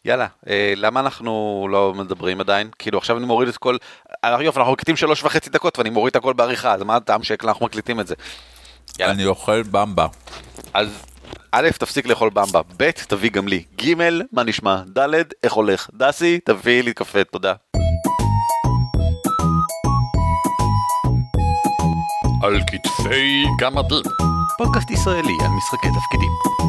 יאללה, למה אנחנו לא מדברים עדיין? כאילו עכשיו אני מוריד את כל... יופי, אנחנו מקליטים 3.5 דקות ואני מוריד את הכל בעריכה, אז מה הטעם שאנחנו מקליטים את זה? יאללה. אני אוכל במבה. אז א', תפסיק לאכול במבה, ב', תביא גם לי, ג', מה נשמע, ד', איך הולך, דסי, תביא לי קפה, תודה. על כתפי גמדים. פודקאסט ישראלי על משחקי תפקידים.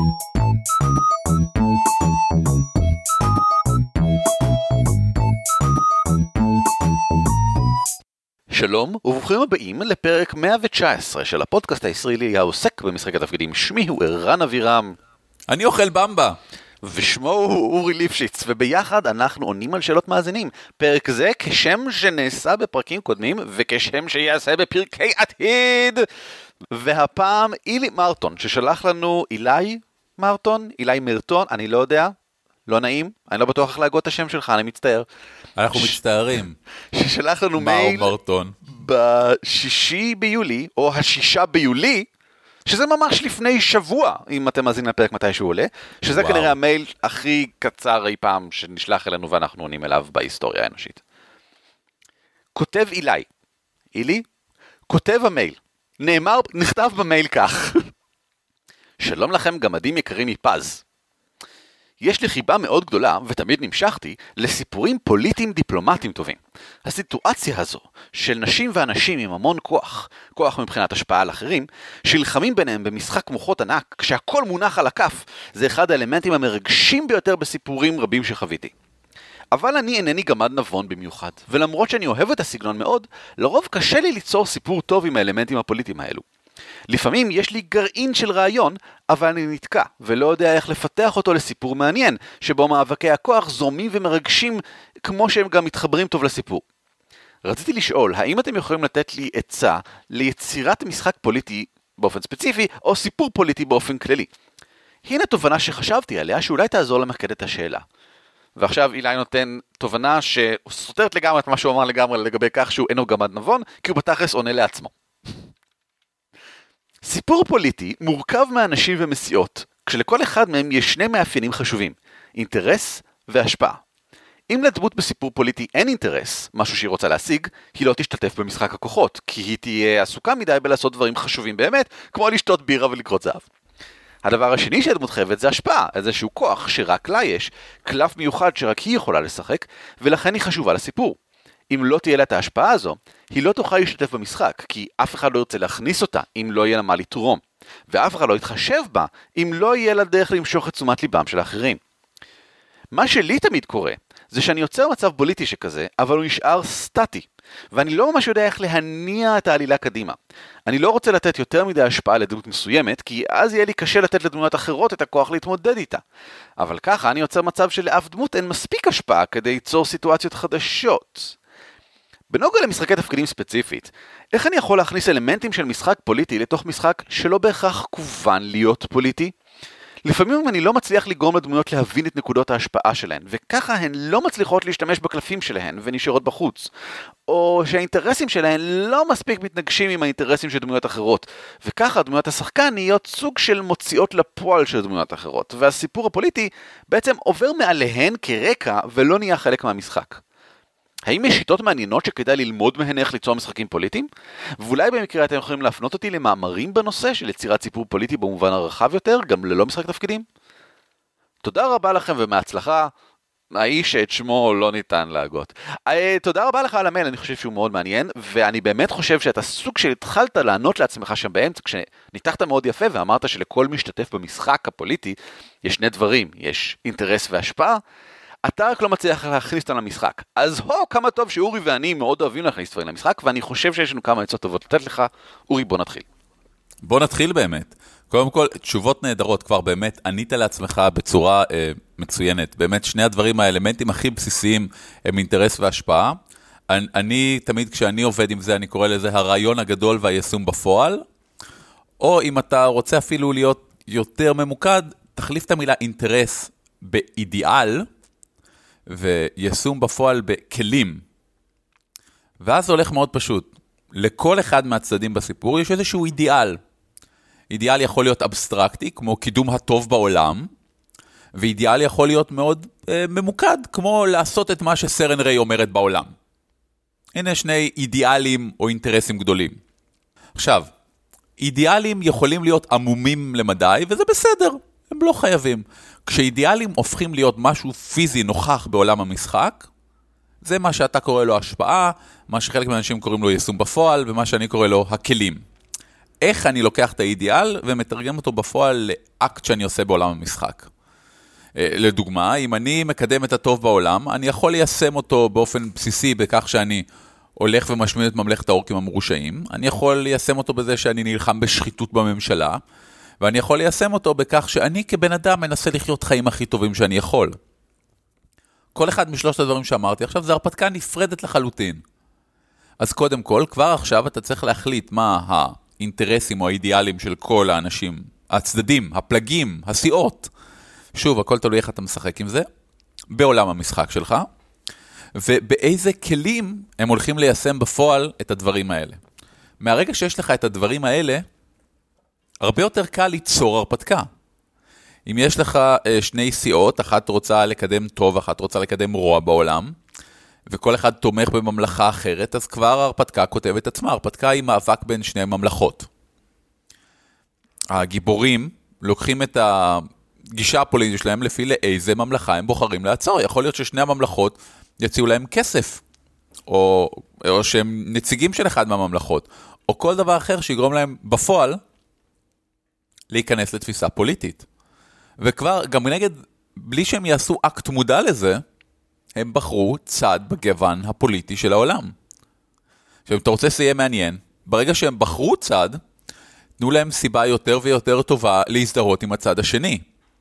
שלום וברוכים הבאים לפרק 119 של הפודקאסט הישראלי העוסק במשחקי תפקידים. שמי הוא ערן אבירם. אני אוכל במבה. ושמו הוא אורי ליפשיץ, וביחד אנחנו עונים על שאלות מאזינים. פרק זה כשם שנעשה בפרקים קודמים וכשם שיעשה בפרקי עתיד. והפעם אילי מרטון ששלח לנו אילי מרטון, אני לא יודע, לא נעים, אני לא בטוח איך להגות את השם שלך, אני מצטער. אנחנו מצטערים. ששלח לנו מייל מרטון. ב6 ביולי, או ה6 ביולי, שזה ממש לפני שבוע, אם אתם מאזינים לפרק מתי שהוא עולה, שזה וואו. כנראה המייל הכי קצר אי פעם שנשלח אלינו ואנחנו עונים אליו בהיסטוריה האנושית. כותב אילי, כותב המייל, נכתב במייל כך, שלום לכם גמדים יקרים מפז. יש לי חיבה מאוד גדולה, ותמיד נמשכתי, לסיפורים פוליטיים דיפלומטיים טובים. הסיטואציה הזו של נשים ואנשים עם המון כוח מבחינת השפעה על אחרים, שלחמים ביניהם במשחק מוחות ענק, כשהכל מונח על הכף, זה אחד האלמנטים המרגשים ביותר בסיפורים רבים שחוויתי. אבל אני אינני גמד נבון במיוחד, ולמרות שאני אוהב את הסגנון מאוד, לרוב קשה לי ליצור סיפור טוב עם האלמנטים הפוליטיים האלו. לפעמים יש לי גרעין של רעיון, אבל אני נתקע, ולא יודע איך לפתח אותו לסיפור מעניין, שבו מאבקי הכוח זורמים ומרגשים, כמו שהם גם מתחברים טוב לסיפור. רציתי לשאול, האם אתם יכולים לתת לי עצה ליצירת משחק פוליטי באופן ספציפי, או סיפור פוליטי באופן כללי? הנה תובנה שחשבתי עליה, שאולי תעזור למקד את השאלה. ועכשיו אילי נותן תובנה שסותרת לגמרי את מה שהוא אמר לגמרי לגבי כך שהוא אינו גמד נבון, כי הוא בתכלס עונה לעצמו. סיפור פוליטי מורכב מאנשים ומסיעות, כשלכל אחד מהם יש שני מאפיינים חשובים, אינטרס והשפעה. אם לדמות בסיפור פוליטי אין אינטרס, משהו שהיא רוצה להשיג, היא לא תשתתף במשחק הכוחות, כי היא תהיה עסוקה מדי בלעשות דברים חשובים באמת, כמו לשתות בירה ולקרות זהב. הדבר השני שהדמות חייבת זה השפעה, איזשהו כוח שרק לה יש, קלף מיוחד שרק היא יכולה לשחק, ולכן היא חשובה לסיפור. אם לא תהיה לה את ההשפעה הזו, היא לא תוכל להשתתף במשחק, כי אף אחד לא ירצה להכניס אותה אם לא יהיה לה מה לתרום, ואף אחד לא יתחשב בה אם לא יהיה לה דרך למשוך את תשומת ליבם של האחרים. מה שלי תמיד קורה, זה שאני יוצר מצב פוליטי שכזה, אבל הוא נשאר סטטי, ואני לא ממש יודע איך להניע את העלילה קדימה. אני לא רוצה לתת יותר מדי השפעה לדמות מסוימת, כי אז יהיה לי קשה לתת לדמויות אחרות את הכוח להתמודד איתה. אבל ככה אני יוצר מצב שלאף דמות אין מספיק השפעה כדי ליצור סיטואציות חדשות. בנוגע למשחקי תפקידים ספציפית, איך אני יכול להכניס אלמנטים של משחק פוליטי לתוך משחק שלא בהכרח כוון להיות פוליטי? לפעמים אני לא מצליח לגרום לדמויות להבין את נקודות ההשפעה שלהן, וככה הן לא מצליחות להשתמש בקלפים שלהן ונשארות בחוץ. או שהאינטרסים שלהן לא מספיק מתנגשים עם האינטרסים של דמויות אחרות, וככה דמויות השחקן נהיות סוג של מוציאות לפועל של דמויות אחרות, והסיפור הפוליטי בעצם עובר מעליהן כרקע ולא נהיה חלק מהמשחק. האם יש שיטות מעניינות שכדאי ללמוד מהן איך ליצור משחקים פוליטיים? ואולי במקרה אתם יכולים להפנות אותי למאמרים בנושא של יצירת סיפור פוליטי במובן הרחב יותר, גם ללא משחק תפקידים? תודה רבה לכם ומהצלחה, האיש שאת שמו לא ניתן להגות. תודה רבה לך על המייל, אני חושב שהוא מאוד מעניין, ואני באמת חושב שאתה סוג של התחלת לענות לעצמך שם באמצע, כשניתחת מאוד יפה ואמרת שלכל משתתף במשחק הפוליטי יש שני דברים, יש אינטרס והשפעה, אתה רק לא מצליח להכניס אותם למשחק. אז כמה טוב שאורי ואני מאוד אוהבים להכניס דברים למשחק, ואני חושב שיש לנו כמה עצות טובות לתת לך. אורי, בוא נתחיל. בוא נתחיל באמת. קודם כל, תשובות נהדרות, כבר באמת ענית לעצמך בצורה מצוינת. באמת, שני הדברים, האלמנטים הכי בסיסיים הם אינטרס והשפעה. אני תמיד כשאני עובד עם זה, אני קורא לזה הרעיון הגדול והיישום בפועל. או אם אתה רוצה אפילו להיות יותר ממוקד, תחליף את המילה אינטרס באידיאל, ויישום בפועל בכלים. ואז זה הולך מאוד פשוט. לכל אחד מהצדדים בסיפור יש איזשהו אידיאל. אידיאל יכול להיות אבסטרקטי, כמו קידום הטוב בעולם, ואידיאל יכול להיות מאוד ממוקד, כמו לעשות את מה שסרן ריי אומרת בעולם. הנה שני אידיאלים או אינטרסים גדולים. עכשיו, אידיאלים יכולים להיות עמומים למדי, וזה בסדר, הם לא חייבים. כשאידיאלים הופכים להיות משהו פיזי נוכח בעולם המשחק, זה מה שאתה קורא לו השפעה, מה שחלק מהאנשים קוראים לו יישום בפועל, ומה שאני קורא לו הכלים. איך אני לוקח את האידיאל ומתרגם אותו בפועל לאקט שאני עושה בעולם המשחק. לדוגמה, אם אני מקדם את הטוב בעולם, אני יכול ליישם אותו באופן בסיסי בכך שאני הולך ומשמיד את ממלכת האורקים המרושעים, אני יכול ליישם אותו בזה שאני נלחם בשחיתות בממשלה, ואני יכול ליישם אותו בכך שאני כבן אדם מנסה לחיות חיים הכי טובים שאני יכול. כל אחד משלושת הדברים שאמרתי, עכשיו זה הרפתקה נפרדת לחלוטין. אז קודם כל, כבר עכשיו אתה צריך להחליט מה האינטרסים או האידיאלים של כל האנשים, הצדדים, הפלגים, הסיעות. שוב, הכל תלוי איך אתה משחק עם זה, בעולם המשחק שלך, ובאיזה כלים הם הולכים ליישם בפועל את הדברים האלה. מהרגע שיש לך את הדברים האלה, הרבה יותר קל ליצור הרפתקה. אם יש לך שני סיעות, אחת רוצה לקדם טוב, אחת רוצה לקדם רוע בעולם, וכל אחד תומך בממלכה אחרת, אז כבר ההרפתקה כותבת עצמה. ההרפתקה היא מאבק בין שני ממלכות. הגיבורים לוקחים את הגישה הפוליטית שלהם לפי לאיזה ממלכה הם בוחרים לעצור. יכול להיות ששני הממלכות יציעו להם כסף, או שהם נציגים של אחד מהממלכות, או כל דבר אחר שיגרום להם בפועל להיכנס לתפיסה פוליטית. וכבר, גם נגד, בלי שהם יעשו אקט מודע לזה, הם בחרו צד בגוון הפוליטי של העולם. עכשיו, אם אתה רוצה שיהיה מעניין, ברגע שהם בחרו צד, תנו להם סיבה יותר ויותר טובה להזדהות עם הצד השני.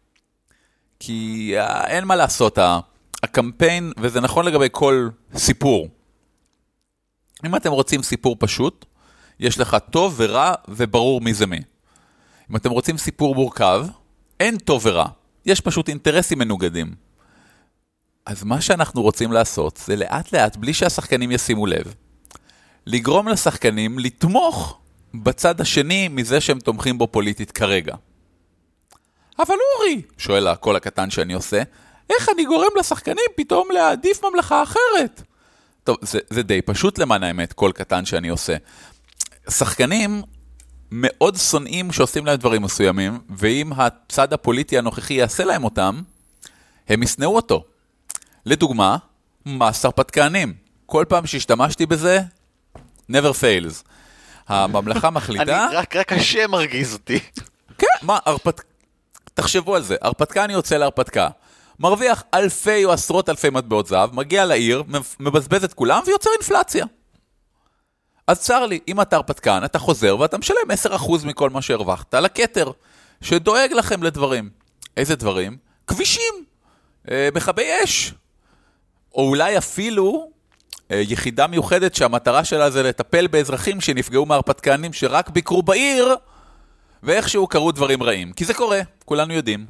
כי אין מה לעשות, הקמפיין, וזה נכון לגבי כל סיפור. אם אתם רוצים סיפור פשוט, יש לך טוב ורע וברור מי זה מי. אם אתם רוצים סיפור מורכב, אין טוב ורע. יש פשוט אינטרסים מנוגדים. אז מה שאנחנו רוצים לעשות, זה לאט לאט, בלי שהשחקנים ישימו לב, לגרום לשחקנים לתמוך בצד השני מזה שהם תומכים בו פוליטית כרגע. אבל אורי, שואל הקול הקטן שאני עושה, איך אני גורם לשחקנים פתאום להעדיף ממלכה אחרת? טוב, זה די פשוט למען האמת, קול קטן שאני עושה. שחקנים מאוד שונאים שעושים להם דברים מסוימים, ואם הצד הפוליטי הנוכחי יעשה להם אותם, הם ישנאו אותו. לדוגמה, מס הרפתקנים. כל פעם שהשתמשתי בזה, never fails. הממלכה מחליטה... רק השם מרגיז אותי. כן, מה, תחשבו על זה. הרפתקני יוצא להרפתקה. מרוויח אלפי או עשרות אלפי מטבעות זהב, מגיע לעיר, מבזבז את כולם ויוצר אינפלציה. אז צר לי, אם אתה הרפתקן, אתה חוזר ואתה משלם 10% מכל מה שהרווחת לכתר, שדואג לכם לדברים. איזה דברים? כבישים, מכבי אש, או אולי אפילו יחידה מיוחדת שהמטרה שלה זה לטפל באזרחים שנפגעו מהרפתקנים שרק ביקרו בעיר, ואיכשהו קרו דברים רעים. כי זה קורה, כולנו יודעים.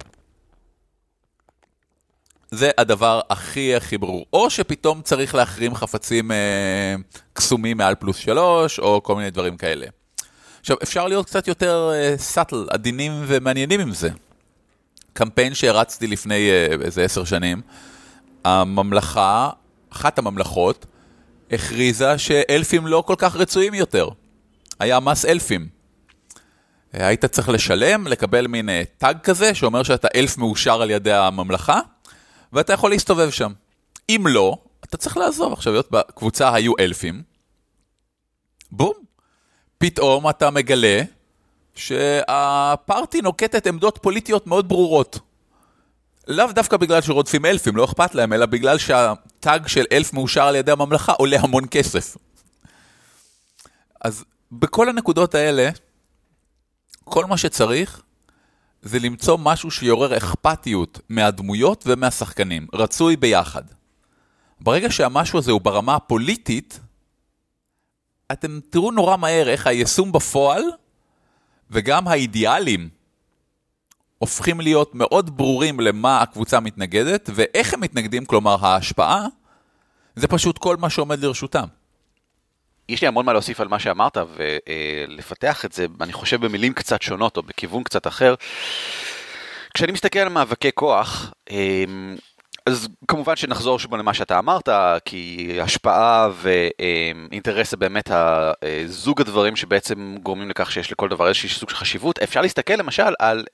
זה הדבר הכי ברור. או שפתאום צריך להחרים חפצים קסומים מעל +3, או כל מיני דברים כאלה. עכשיו, אפשר להיות קצת יותר סאטל, עדינים ומעניינים עם זה. קמפיין שהרצתי לפני איזה 10 שנים, הממלכה, אחת הממלכות, הכריזה שאלפים לא כל כך רצויים יותר. היה מס אלפים. היית צריך לשלם, לקבל מין טאג כזה, שאומר שאתה אלף מאושר על ידי הממלכה, ואתה יכול להסתובב שם. אם לא, אתה צריך לעזוב. עכשיו, להיות בקבוצה היו אלפים. בום. פתאום אתה מגלה שהפארטי נוקטת עמדות פוליטיות מאוד ברורות. לאו דווקא בגלל שרודפים אלפים, לא אכפת להם, אלא בגלל שהטאג של אלף מאושר על ידי הממלכה עולה המון כסף. אז בכל הנקודות האלה, כל מה שצריך זה למצוא משהו שיעורר אכפתיות מהדמויות ומהשחקנים, רצוי ביחד. ברגע שהמשהו הזה הוא ברמה הפוליטית, אתם תראו נורא מהר איך היישום בפועל וגם האידיאלים הופכים להיות מאוד ברורים למה הקבוצה מתנגדת, ואיך הם מתנגדים, כלומר ההשפעה, זה פשוט כל מה שעומד לרשותם. יש לי המון מה להוסיף על מה שאמרת, ולפתח את זה, אני חושב במילים קצת שונות, או בכיוון קצת אחר. כשאני מסתכל על מאבקי כוח, אז כמובן שנחזור שוב למה שאתה אמרת, כי השפעה ואינטרס זה באמת זוג הדברים שבעצם גורמים לכך שיש לכל דבר איזושהי סוג של חשיבות. אפשר להסתכל למשל על,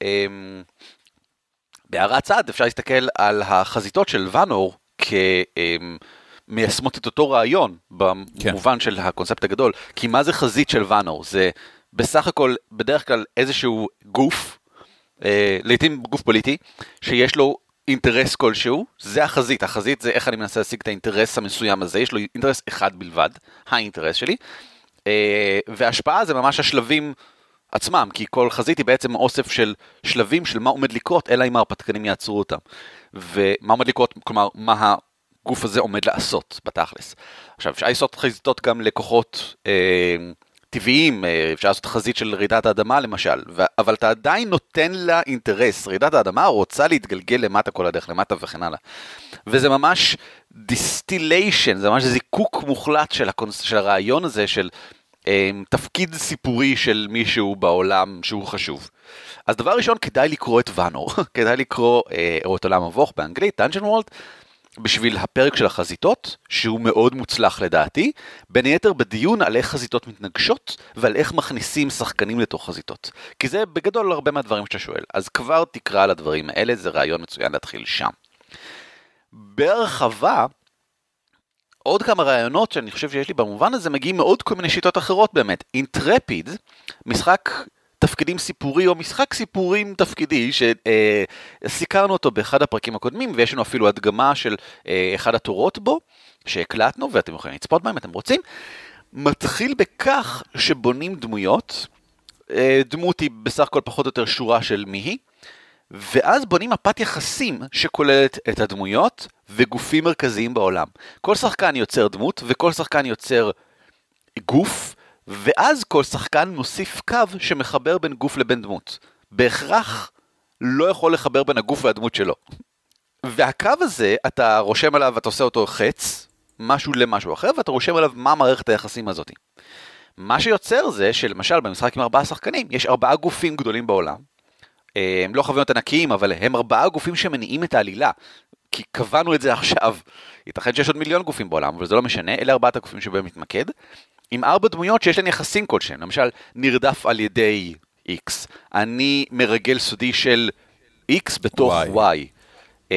בהערת צד, אפשר להסתכל על החזיתות של ואנור כמיישמות את אותו רעיון, במובן של הקונספט הגדול. כי מה זה חזית של ואנור? זה בסך הכל בדרך כלל איזשהו גוף, לעתים גוף פוליטי, שיש לו אינטרס כלשהו, זה החזית. החזית זה איך אני מנסה להשיג את האינטרס המסוים הזה, יש לו אינטרס אחד בלבד, האינטרס שלי, וההשפעה זה ממש השלבים עצמם, כי כל חזית היא בעצם אוסף של שלבים של מה עומד לקרות, אלא אם ההרפתקנים יעצרו אותם. ומה עומד לקרות, כלומר, מה הגוף הזה עומד לעשות בתכלס. עכשיו, אפשר לעשות חזיתות גם לכוחות טבעיים, אפשר לעשות חזית של רעידת האדמה למשל, אבל אתה עדיין נותן לה אינטרס, רעידת האדמה רוצה להתגלגל למטה כל הדרך, למטה וכן הלאה. וזה ממש distillation, זה ממש זיקוק מוחלט של הרעיון הזה, של תפקיד סיפורי של מישהו בעולם שהוא חשוב. אז דבר ראשון, כדאי לקרוא את ואנור, כדאי לקרוא את עולם המבוך באנגלית, Dungeon World, בשביל הפרק של החזיתות, שהוא מאוד מוצלח לדעתי, בין היתר בדיון על איך חזיתות מתנגשות, ועל איך מכניסים שחקנים לתוך חזיתות. כי זה בגדול הרבה מהדברים שאתה שואל. אז כבר תקרא על הדברים האלה, זה רעיון מצוין להתחיל שם. בהרחבה, עוד כמה רעיונות שאני חושב שיש לי במובן הזה, מגיעים מאוד כל מיני שיטות אחרות באמת. אינטרפיד, משחק תפקידים סיפורי או משחק סיפורים תפקידי שסיקרנו אותו באחד הפרקים הקודמים, ויש לנו אפילו הדגמה של אחד התורות בו שהקלטנו, ואתם יכולים לצפות בהם, אתם רוצים. מתחיל בכך שבונים דמויות, דמות היא בסך הכל פחות או יותר שורה של מי היא, ואז בונים מפת יחסים שכוללת את הדמויות וגופים מרכזיים בעולם. כל שחקן יוצר דמות וכל שחקן יוצר גוף, ואז כל שחקן מוסיף קו שמחבר בין גוף לבין דמות. בהכרח לא יכול לחבר בין הגוף והדמות שלו. והקו הזה, אתה רושם עליו, אתה עושה אותו חץ, משהו למשהו אחר, ואתה רושם עליו מה מערכת היחסים הזאת. מה שיוצר זה שלמשל במשחק עם 4 שחקנים, יש 4 גופים גדולים בעולם. הם לא חוויות ענקיים, אבל הם 4 גופים שמניעים את העלילה. כי קבענו את זה עכשיו. ייתכן שיש עוד מיליון גופים בעולם, אבל זה לא משנה, אלה 4 הגופים שבהם מתמקד. עם 4 דמויות שיש להן יחסים כלשהם, למשל נרדף על ידי X, אני מרגל סודי של X בתוך Y.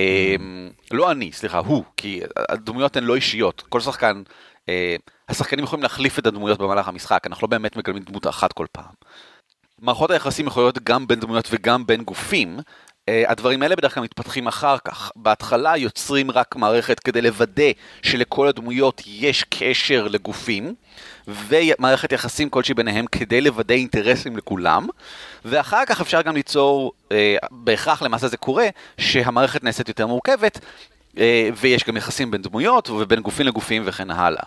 לא אני, סליחה, הוא, כי הדמויות הן לא אישיות, כל שחקן, השחקנים יכולים להחליף את הדמויות במהלך המשחק, אנחנו לא באמת מגלמים דמות אחת כל פעם. מערכות היחסים יכולות גם בין דמויות וגם בין גופים, הדברים האלה בדרך כלל מתפתחים אחר כך. בהתחלה יוצרים רק מערכת כדי לוודא שלכל הדמויות יש קשר לגופים, ומערכת יחסים כלשהי ביניהם כדי לוודא אינטרסים לכולם, ואחר כך אפשר גם ליצור, בהכרח למעשה זה קורה, שהמערכת נעשית יותר מורכבת, ויש גם יחסים בין דמויות ובין גופים לגופים וכן הלאה.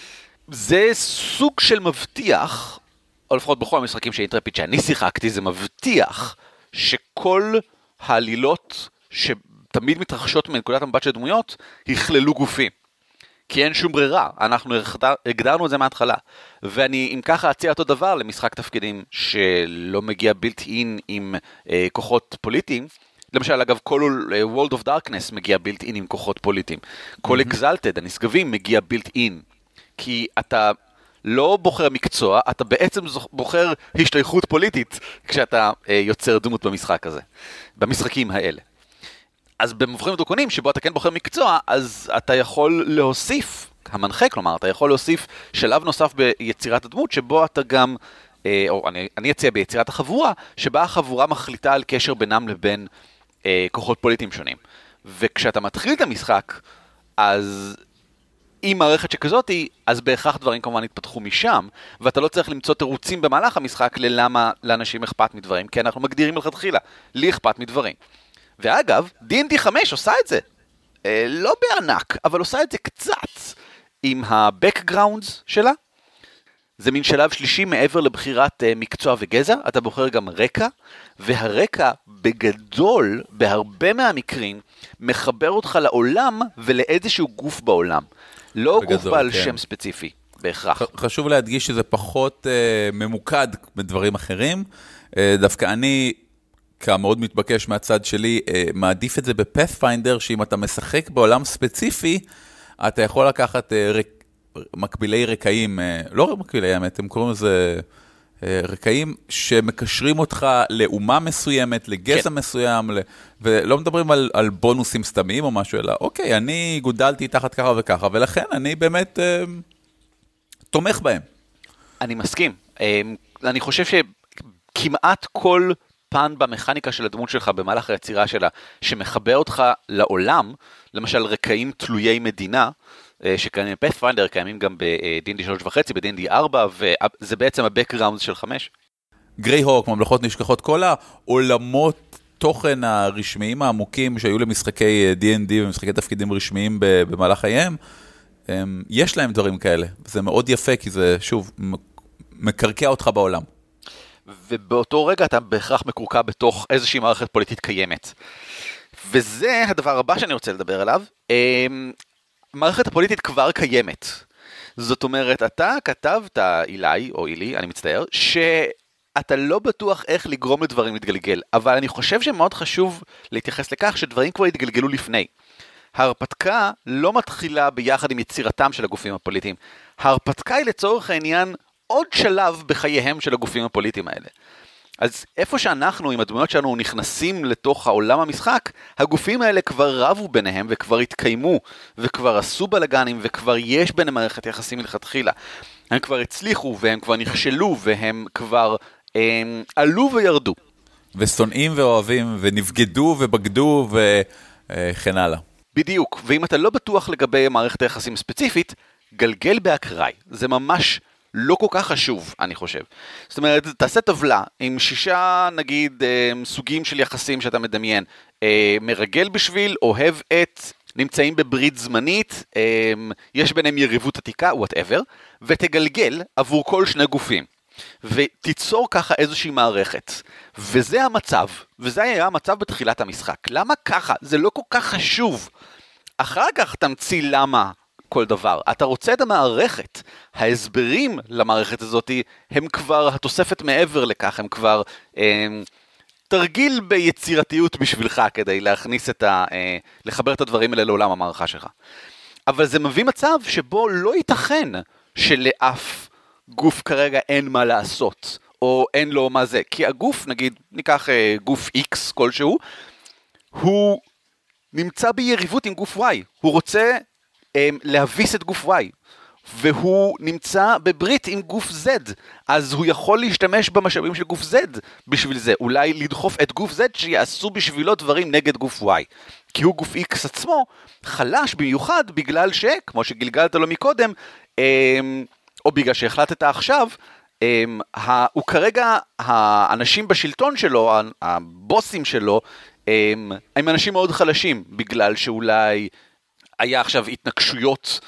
זה סוג של מבטיח, או לפחות בכל המשחקים של אינטרפיד שאני שיחקתי, זה מבטיח שכל העלילות שתמיד מתרחשות מנקודת המבט של דמויות, יכללו גופים. כי אין שום ברירה, אנחנו הגדרנו את זה מההתחלה. ואני אם ככה אציע אותו דבר למשחק תפקידים שלא מגיע בילט אין עם כוחות פוליטיים. למשל, אגב, כל World of Darkness מגיע בילט אין עם כוחות פוליטיים. כל Exalted, הנשגבים, מגיע בילט אין. כי אתה לא בוחר מקצוע, אתה בעצם בוחר השתייכות פוליטית כשאתה יוצר דמות במשחק הזה, במשחקים האלה. אז במבחנים ודרקונים שבו אתה כן בוחר מקצוע, אז אתה יכול להוסיף, המנחה כלומר, אתה יכול להוסיף שלב נוסף ביצירת הדמות, שבו אתה גם, או אני אציע ביצירת החבורה, שבה החבורה מחליטה על קשר בינם לבין כוחות פוליטיים שונים. וכשאתה מתחיל את המשחק, אז עם מערכת שכזאת, אז בהכרח דברים כמובן התפתחו משם, ואתה לא צריך למצוא תירוצים במהלך המשחק ללמה לאנשים אכפת מדברים, כי אנחנו מגדירים מלכתחילה, לי אכפת מדברים. ואגב, D&D 5 עושה את זה, לא בענק, אבל עושה את זה קצת, עם ה-backgrounds שלה. זה מין שלב שלישי מעבר לבחירת מקצוע וגזע, אתה בוחר גם רקע, והרקע בגדול, בהרבה מהמקרים, מחבר אותך לעולם ולאיזשהו גוף בעולם. לא גוף בעל שם ספציפי, בהכרח. חשוב להדגיש שזה פחות ממוקד בדברים אחרים. דווקא אני כמאוד מתבקש מהצד שלי, מעדיף את זה בפאת'פיינדר, שאם אתה משחק בעולם ספציפי, אתה יכול לקחת מקבילי רקעים, לא מקבילי האמת, הם קוראים לזה רקעים שמקשרים אותך לאומה מסוימת, לגזע מסוים, ולא מדברים על בונוסים סתמיים או משהו, אלא אוקיי, אני גודלתי תחת ככה וככה, ולכן אני באמת תומך בהם. אני מסכים. אני חושב שכמעט כל פן במכניקה של הדמות שלך במהלך היצירה שלה, שמחבר אותך לעולם, למשל רקעים תלויי מדינה, שקיימים בפאת'פיינדר, קיימים גם ב-D&D 3.5, ב-D&D 4, וזה בעצם ה-background של 5. גריי הוק, ממלכות נשכחות, כל העולמות תוכן הרשמיים העמוקים שהיו למשחקי D&D ומשחקי תפקידים רשמיים במהלך חייהם, יש להם דברים כאלה. זה מאוד יפה, כי זה, שוב, מקרקע אותך בעולם. ובאותו רגע אתה בהכרח מקורקע בתוך איזושהי מערכת פוליטית קיימת. וזה הדבר הבא שאני רוצה לדבר עליו. המערכת הפוליטית כבר קיימת. זאת אומרת, אתה כתבת, אילי, או אילי, אני מצטער, שאתה לא בטוח איך לגרום לדברים להתגלגל, אבל אני חושב שמאוד חשוב להתייחס לכך שדברים כבר התגלגלו לפני. ההרפתקה לא מתחילה ביחד עם יצירתם של הגופים הפוליטיים. ההרפתקה היא לצורך העניין עוד שלב בחייהם של הגופים הפוליטיים האלה. אז איפה שאנחנו עם הדמויות שלנו נכנסים לתוך העולם המשחק, הגופים האלה כבר רבו ביניהם וכבר התקיימו, וכבר עשו בלגנים, וכבר יש ביניהם מערכת יחסים מלכתחילה. הם כבר הצליחו, והם כבר נכשלו, והם כבר עלו וירדו. ושונאים ואוהבים, ונבגדו ובגדו, וכן הלאה. בדיוק, ואם אתה לא בטוח לגבי מערכת היחסים ספציפית, גלגל באקראי. זה ממש לא כל כך חשוב, אני חושב. זאת אומרת, תעשה טבלה עם 6, נגיד, סוגים של יחסים שאתה מדמיין. מרגל בשביל, אוהב את, נמצאים בברית זמנית, יש ביניהם יריבות עתיקה, whatever, ותגלגל עבור כל 2 גופים. ותיצור ככה איזושהי מערכת. וזה המצב, וזה היה המצב בתחילת המשחק. למה ככה? זה לא כל כך חשוב. אחר כך תמציא למה כל דבר. אתה רוצה את המערכת. ההסברים למערכת הזאת הם כבר התוספת מעבר לכך, הם כבר תרגיל ביצירתיות בשבילך כדי להכניס לחבר את הדברים האלה לעולם המערכה שלך. אבל זה מביא מצב שבו לא ייתכן שלאף גוף כרגע אין מה לעשות, או אין לו מה זה. כי הגוף, נגיד, ניקח גוף X כלשהו, הוא נמצא ביריבות עם גוף Y. הוא רוצה להביס את גוף Y, והוא נמצא בברית עם גוף Z, אז הוא יכול להשתמש במשאבים של גוף Z בשביל זה, אולי לדחוף את גוף Z שיעשו בשבילו דברים נגד גוף Y, כי הוא גוף X עצמו חלש במיוחד בגלל כמו שגלגלת לו מקודם, או בגלל שהחלטת עכשיו, הוא כרגע, האנשים בשלטון שלו, הבוסים שלו, הם אנשים מאוד חלשים, בגלל שאולי היה עכשיו התנגשויות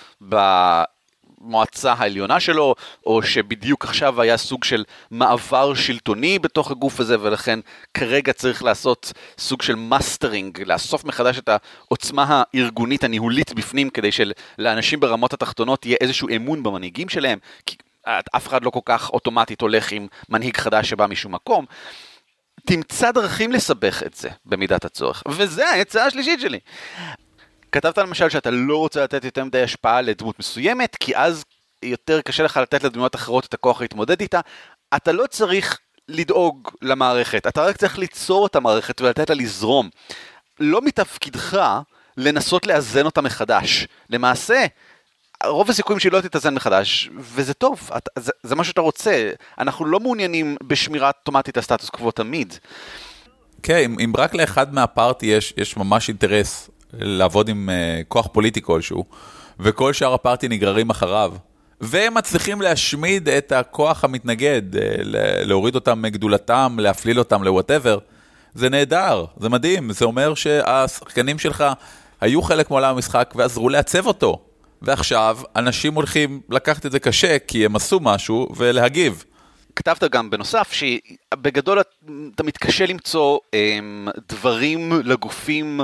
במועצה העליונה שלו, או שבדיוק עכשיו היה סוג של מעבר שלטוני בתוך הגוף הזה, ולכן כרגע צריך לעשות סוג של מאסטרינג, לאסוף מחדש את העוצמה הארגונית הניהולית בפנים, כדי שלאנשים ברמות התחתונות יהיה איזשהו אמון במנהיגים שלהם, כי אף אחד לא כל כך אוטומטית הולך עם מנהיג חדש שבא משום מקום. תמצא דרכים לסבך את זה במידת הצורך, וזה ההצעה השלישית שלי. כתבת למשל שאתה לא רוצה לתת יותר מדי השפעה לדמות מסוימת, כי אז יותר קשה לך לתת לדמויות אחרות את הכוח להתמודד איתה. אתה לא צריך לדאוג למערכת, אתה רק צריך ליצור את המערכת ולתת לה לזרום. לא מתפקידך לנסות לאזן אותה מחדש. למעשה, רוב הסיכויים שהיא לא תתאזן מחדש, וזה טוב, זה מה שאתה רוצה. אנחנו לא מעוניינים בשמירת אוטומטית הסטטוס קוו תמיד. כן, אם רק לאחד מהפארטי יש ממש אינטרס לעבוד עם כוח פוליטי כלשהו, וכל שאר הפארטי נגררים אחריו, והם מצליחים להשמיד את הכוח המתנגד, להוריד אותם מגדולתם, להפליל אותם ל-whatever, זה נהדר, זה מדהים, זה אומר שהשחקנים שלך היו חלק מעולם המשחק ועזרו לעצב אותו, ועכשיו אנשים הולכים לקחת את זה קשה, כי הם עשו משהו ולהגיב. כתבת גם בנוסף שבגדול אתה מתקשה למצוא דברים לגופים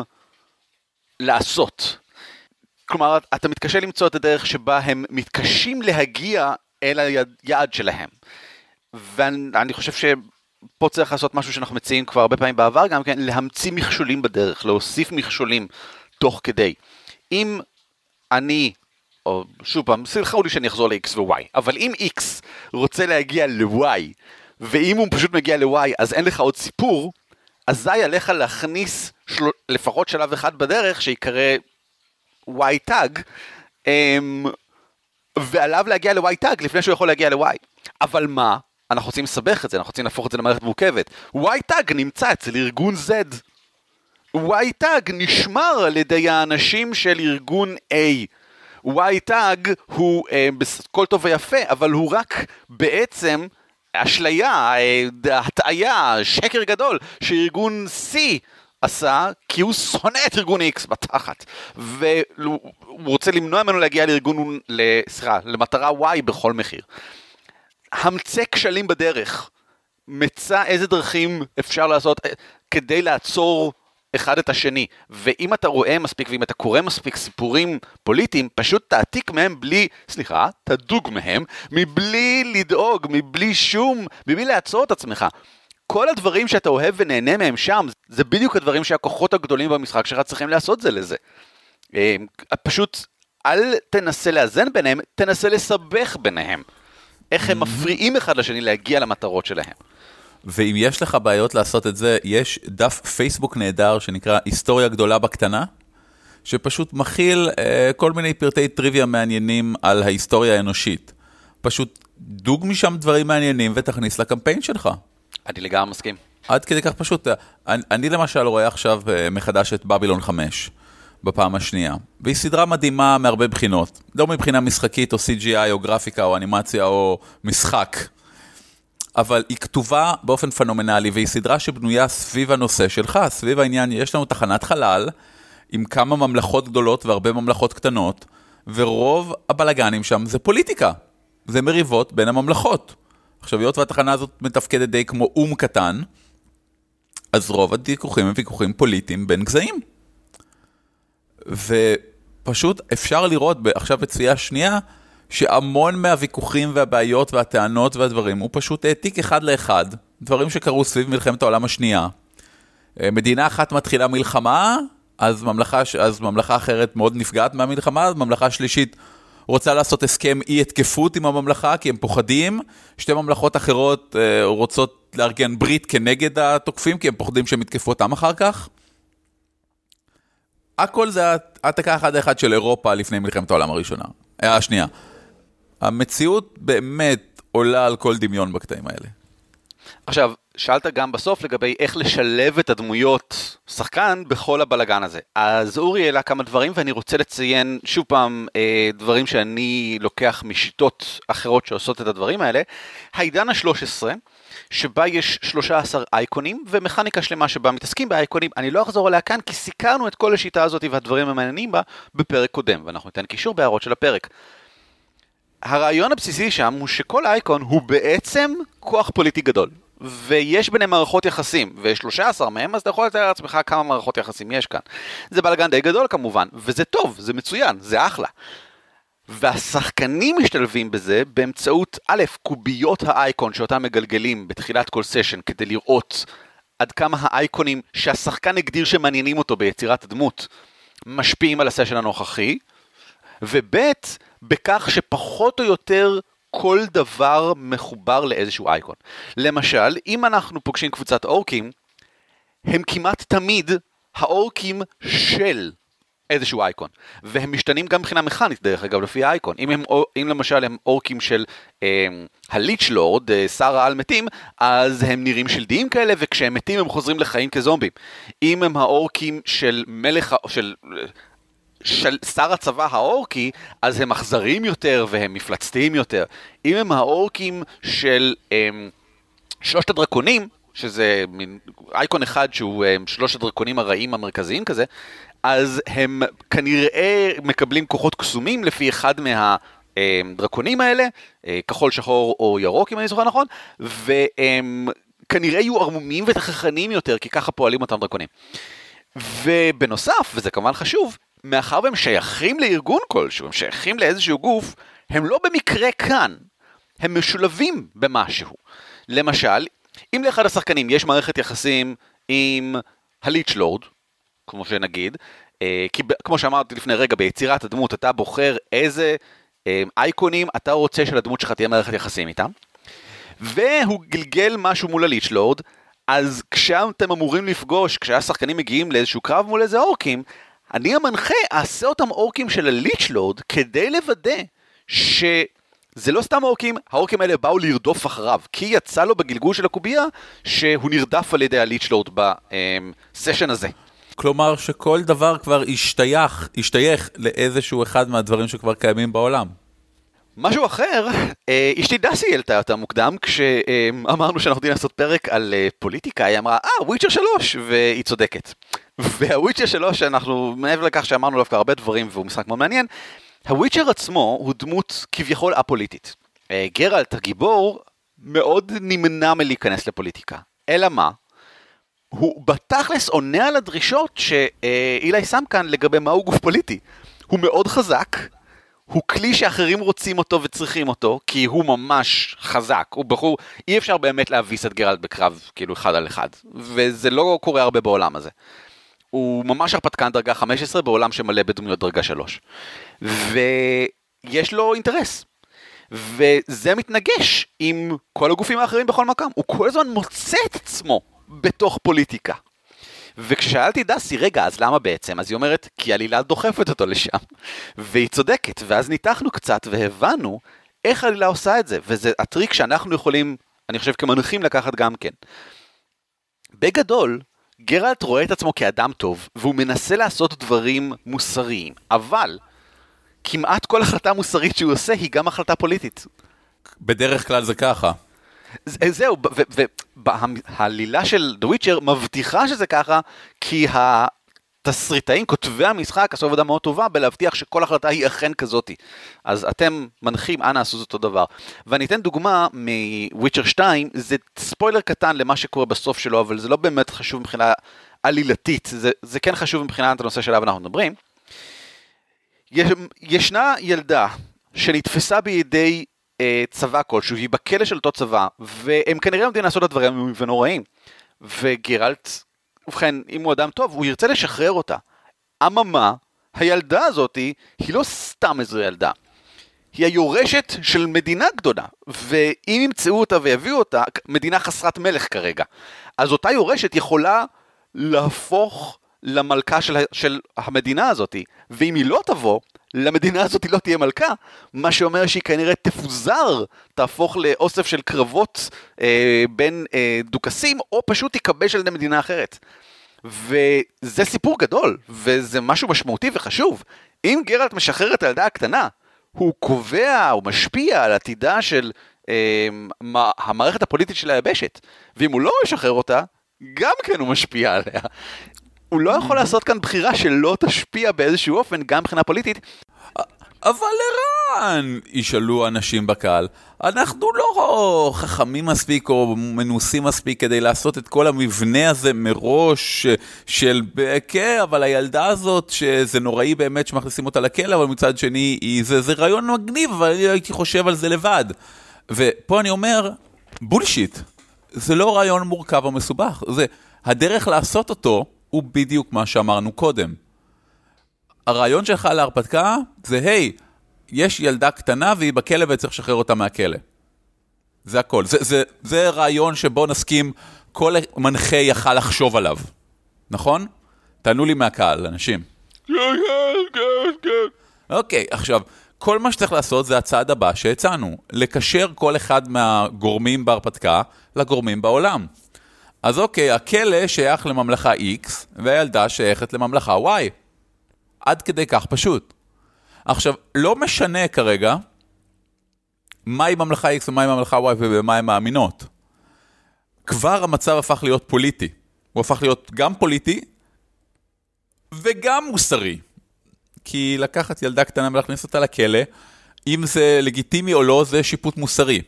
לעשות. כלומר, אתה מתקשה למצוא את הדרך שבה הם מתקשים להגיע אל היעד שלהם. ואני חושב פה צריך לעשות משהו שאנחנו מציעים כבר הרבה פעמים בעבר, גם כן להמציא מכשולים בדרך, להוסיף מכשולים תוך כדי. אם אני, או שוב פעם, סלחו לי שאני אחזור ל-X ו-Y, אבל אם X רוצה להגיע ל-Y, ואם הוא פשוט מגיע ל-Y, אז אין לך עוד סיפור, אזי עליך להכניס לפחות שלב אחד בדרך, שיקרא Y tag, ועליו להגיע ל-Y tag לפני שהוא יכול להגיע ל-Y. אבל מה? אנחנו רוצים לסבך את זה, אנחנו רוצים להפוך את זה למערכת מורכבת. Y tag נמצא אצל ארגון Z. Y tag נשמר על ידי האנשים של ארגון A. Y tag הוא כל טוב ויפה, אבל הוא רק בעצם אשליה, הטעיה, שקר גדול, שארגון C עשה, כי הוא שונא את ארגון X בתחת, והוא רוצה למנוע ממנו להגיע למטרה Y בכל מחיר. המצא כשלים בדרך, מצא איזה דרכים אפשר לעשות כדי לעצור אחד את השני, ואם אתה רואה מספיק, ואם אתה קורא מספיק סיפורים פוליטיים, פשוט תעתיק מהם תדוג מהם, מבלי לדאוג, מבלי לעצור את עצמך. כל הדברים שאתה אוהב ונהנה מהם שם, זה בדיוק הדברים שהכוחות הגדולים במשחק שלך צריכים לעשות זה לזה. פשוט אל תנסה לאזן ביניהם, תנסה לסבך ביניהם. איך הם מפריעים אחד לשני להגיע למטרות שלהם. ואם יש לך בעיות לעשות את זה, יש דף פייסבוק נהדר שנקרא היסטוריה גדולה בקטנה, שפשוט מכיל כל מיני פרטי טריוויה מעניינים על ההיסטוריה האנושית. פשוט דוג משם דברים מעניינים ותכניס לקמפיין שלך. אני לגמרי מסכים. עד כדי כך פשוט. אני למשל רואה עכשיו מחדש את בבילון 5 בפעם השנייה, והיא סדרה מדהימה מהרבה בחינות. לא מבחינה משחקית או CGI או גרפיקה או אנימציה או משחק. אבל היא כתובה באופן פנומנלי, והיא סדרה שבנויה סביב הנושא שלך, סביב העניין, יש לנו תחנת חלל, עם כמה ממלכות גדולות והרבה ממלכות קטנות, ורוב הבלגנים שם זה פוליטיקה, זה מריבות בין הממלכות. עכשיו, היות והתחנה הזאת מתפקדת די כמו קטן, אז רוב הוויכוחים הם ויכוחים פוליטיים בין גזעים. ופשוט אפשר לראות עכשיו בצפייה שנייה, שהמון מהוויכוחים והבעיות והטענות והדברים, הוא פשוט העתיק אחד לאחד, דברים שקרו סביב מלחמת העולם השנייה. מדינה אחת מתחילה מלחמה, אז ממלכה אחרת מאוד נפגעת מהמלחמה, אז ממלכה שלישית רוצה לעשות הסכם אי התקפות עם הממלכה, כי הם פוחדים, שתי ממלכות אחרות רוצות לארגן ברית כנגד התוקפים, כי הם פוחדים שהם יתקפו אותם אחר כך. הכל זה העתקה אחד של אירופה לפני מלחמת העולם השנייה. המציאות באמת עולה על כל דמיון בקטעים האלה. עכשיו, שאלת גם בסוף לגבי איך לשלב את הדמויות שחקן בכל הבלגן הזה. אז אורי העלה כמה דברים, ואני רוצה לציין שוב פעם דברים שאני לוקח משיטות אחרות שעושות את הדברים האלה. העידן ה-13, שבה יש 13 אייקונים, ומכניקה שלמה שבה מתעסקים באייקונים. אני לא אחזור עליה כאן, כי סיכרנו את כל השיטה הזאת והדברים המעניינים בה בפרק קודם, ואנחנו ניתן קישור בהערות של הפרק. הרעיון הבסיסי שם הוא שכל אייקון הוא בעצם כוח פוליטי גדול, ויש ביניהם מערכות יחסים, ו13 מהם, אז אתה יכול לתאר לעצמך כמה מערכות יחסים יש כאן. זה בלגן די גדול כמובן, וזה טוב, זה מצוין, זה אחלה. והשחקנים משתלבים בזה באמצעות א', קוביות האייקון שאותם מגלגלים בתחילת כל סשן, כדי לראות עד כמה האייקונים שהשחקן הגדיר שמעניינים אותו ביצירת הדמות, משפיעים על הסשן הנוכחי, וב' בכך שפחות או יותר כל דבר מחובר לאיזשהו אייקון. למשל, אם אנחנו פוגשים קבוצת אורקים, הם כמעט תמיד האורקים של איזשהו אייקון, והם משתנים גם מבחינה מכנית דרך אגב לפי האייקון. אם למשל הם אורקים של הליץ' לורד, שר העל מתים, אז הם נראים שלדיים כאלה, וכשהם מתים הם חוזרים לחיים כזומבים. אם הם האורקים של של שר הצבא האורקי, אז הם אכזריים יותר והם מפלצתיים יותר. אם הם האורקים של שלושת הדרקונים, שזה מין אייקון אחד שהוא שלושת הדרקונים הרעים המרכזיים כזה, אז הם כנראה מקבלים כוחות קסומים לפי אחד מהדרקונים האלה, כחול, שחור או ירוק אם אני זוכר נכון, והם כנראה יהיו ערמומים ותכחנים יותר, כי ככה פועלים אותם דרקונים. ובנוסף, וזה כמובן חשוב, מאחר והם שייכים לארגון כלשהו, הם שייכים לאיזשהו גוף, הם לא במקרה כאן, הם משולבים במשהו. למשל, אם לאחד השחקנים יש מערכת יחסים עם הליץ' לורד, כמו שנגיד, כי כמו שאמרתי לפני רגע, ביצירת הדמות אתה בוחר איזה אייקונים אתה רוצה שלדמות שלך תהיה מערכת יחסים איתם, והוא גלגל משהו מול הליץ' לורד, אז כשאתם אמורים לפגוש, כשהשחקנים מגיעים לאיזשהו קרב מול איזה אורקים, אני המנחה אעשה אותם אורקים של הליץ' לורד, כדי לוודא שזה לא סתם אורקים, האורקים האלה באו לרדוף אחריו, כי יצא לו בגלגול של הקובייה, שהוא נרדף על ידי הליץ' לורד בסשן הזה. כלומר שכל דבר כבר השתייך לאיזשהו אחד מהדברים שכבר קיימים בעולם. משהו אחר, אשתי דסי העלתה יותר מוקדם, כשאמרנו שאנחנו יודעים לעשות פרק על פוליטיקה, היא אמרה, וויצ'ר 3, והיא צודקת. והוויצ'ר 3, אנחנו מעבר לכך שאמרנו דווקא הרבה דברים, והוא משחק מאוד מעניין, הוויצ'ר עצמו הוא דמות כביכול אפוליטית. גרלט הגיבור מאוד נמנע מלהיכנס לפוליטיקה. אלא מה? הוא בתכלס עונה על הדרישות שאילי שם כאן לגבי מהו גוף פוליטי. הוא מאוד חזק, הוא כלי שאחרים רוצים אותו וצריכים אותו, כי הוא ממש חזק, הוא בחור, אי אפשר באמת להביס את גרלט בקרב כאילו אחד על אחד, וזה לא קורה הרבה בעולם הזה. הוא ממש הרפתקן דרגה 15 בעולם שמלא בדמויות דרגה 3. ויש לו אינטרס. וזה מתנגש עם כל הגופים האחרים בכל מקום. הוא כל הזמן מוצא את עצמו בתוך פוליטיקה. וכששאלתי דסי, רגע, אז למה בעצם? אז היא אומרת, כי עלילה דוחפת אותו לשם. והיא צודקת, ואז ניתחנו קצת והבנו איך עלילה עושה את זה. וזה הטריק שאנחנו יכולים, אני חושב, כמנחים לקחת גם כן. בגדול, גרלט רואה את עצמו כאדם טוב, והוא מנסה לעשות דברים מוסריים. אבל, כמעט כל החלטה מוסרית שהוא עושה, היא גם החלטה פוליטית. בדרך כלל זה ככה. זהו, והעלילה של The Witcher מבטיחה שזה ככה, כי התסריטאים, כותבי המשחק, עשו עבודה מאוד טובה בלהבטיח שכל החלטה היא אכן כזאת. אז אתם מנחים, אנא עשו זאת אותו דבר. ואני אתן דוגמה מ-Witcher 2, זה ספוילר קטן למה שקורה בסוף שלו, אבל זה לא באמת חשוב מבחינה עלילתית, זה כן חשוב מבחינת הנושא שלו אנחנו מדברים. ישנה ילדה שנתפסה בידי צבא כלשהו, היא בכלא של אותו צבא, והם כנראה עומדים לעשות את הדברים ונוראים. וגרלט, ובכן, אם הוא אדם טוב, הוא ירצה לשחרר אותה. אממה, הילדה הזאת היא לא סתם איזו ילדה. היא היורשת של מדינה גדולה, ואם ימצאו אותה ויביאו אותה, מדינה חסרת מלך כרגע, אז אותה יורשת יכולה להפוך למלכה של המדינה הזאת, ואם היא לא תבוא, למדינה הזאת לא תהיה מלכה, מה שאומר שהיא כנראה תפוזר, תהפוך לאוסף של קרבות בין דוקסים, או פשוט תיקבש על ידי מדינה אחרת. וזה סיפור גדול, וזה משהו משמעותי וחשוב. אם גרלט משחרר את הילדה הקטנה, הוא קובע, הוא משפיע על עתידה של המערכת הפוליטית של היבשת, ואם הוא לא משחרר אותה, גם כן הוא משפיע עליה. הוא לא יכול לעשות כאן בחירה שלא תשפיע באיזשהו אופן, גם מבחינה פוליטית. אבל ערן, ישאלו אנשים בקהל, אנחנו לא חכמים מספיק או מנוסים מספיק כדי לעשות את כל המבנה הזה מראש של כן, אבל הילדה הזאת שזה נוראי באמת שמכניסים אותה לכלא, אבל מצד שני זה רעיון מגניב, אבל אני הייתי חושב על זה לבד. ופה אני אומר, בולשיט, זה לא רעיון מורכב או מסובך, זה הדרך לעשות אותו הוא בדיוק מה שאמרנו קודם. הרעיון שלך להרפתקה זה, היי, יש ילדה קטנה והיא בכלא וצריך לשחרר אותה מהכלא. זה הכל. זה רעיון שבו נסכים כל מנחה יכל לחשוב עליו. נכון? תענו לי מהקהל, אנשים. אוקיי, עכשיו, כל מה שצריך לעשות זה הצעד הבא שהצענו. לקשר כל אחד מהגורמים בהרפתקה לגורמים בעולם. אז אוקיי, הכלא שייך לממלכה X, והילדה שייכת לממלכה Y. עד כדי כך פשוט. עכשיו, לא משנה כרגע, מהי ממלכה X ומהי ממלכה Y ובמה הן מאמינות. כבר המצב הפך להיות פוליטי. הוא הפך להיות גם פוליטי, וגם מוסרי. כי לקחת ילדה קטנה ולהכניס אותה לכלא, אם זה לגיטימי או לא, זה שיפוט מוסרי.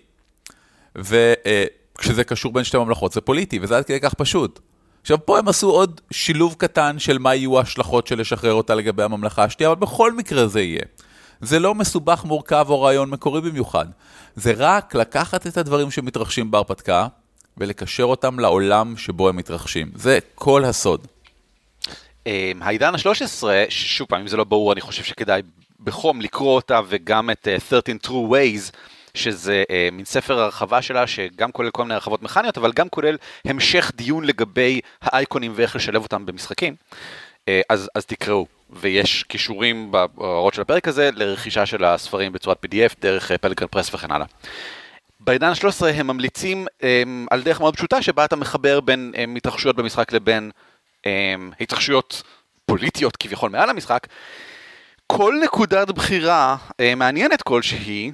כשזה קשור בין שתי ממלכות, זה פוליטי, וזה עד כדי כך פשוט. עכשיו, פה הם עשו עוד שילוב קטן של מה יהיו ההשלכות של לשחרר אותה לגבי הממלכה השנייה, אבל בכל מקרה זה יהיה. זה לא מסובך, מורכב או רעיון מקורי במיוחד. זה רק לקחת את הדברים שמתרחשים בהרפתקה, ולקשר אותם לעולם שבו הם מתרחשים. זה כל הסוד. העידן ה-13, שוב פעם, אם זה לא ברור, אני חושב שכדאי בחום לקרוא אותה, וגם את 13 True Ways, שזה מין ספר הרחבה שלה, שגם כולל כל מיני הרחבות מכניות, אבל גם כולל המשך דיון לגבי האייקונים ואיך לשלב אותם במשחקים. אז תקראו, ויש קישורים בהוראות של הפרק הזה, לרכישה של הספרים בצורת PDF, דרך פלגרן פרס וכן הלאה. בעידן ה-13 הם ממליצים על דרך מאוד פשוטה, שבה אתה מחבר בין התרחשויות במשחק לבין התרחשויות פוליטיות כביכול מעל המשחק. כל נקודת בחירה מעניינת כלשהי,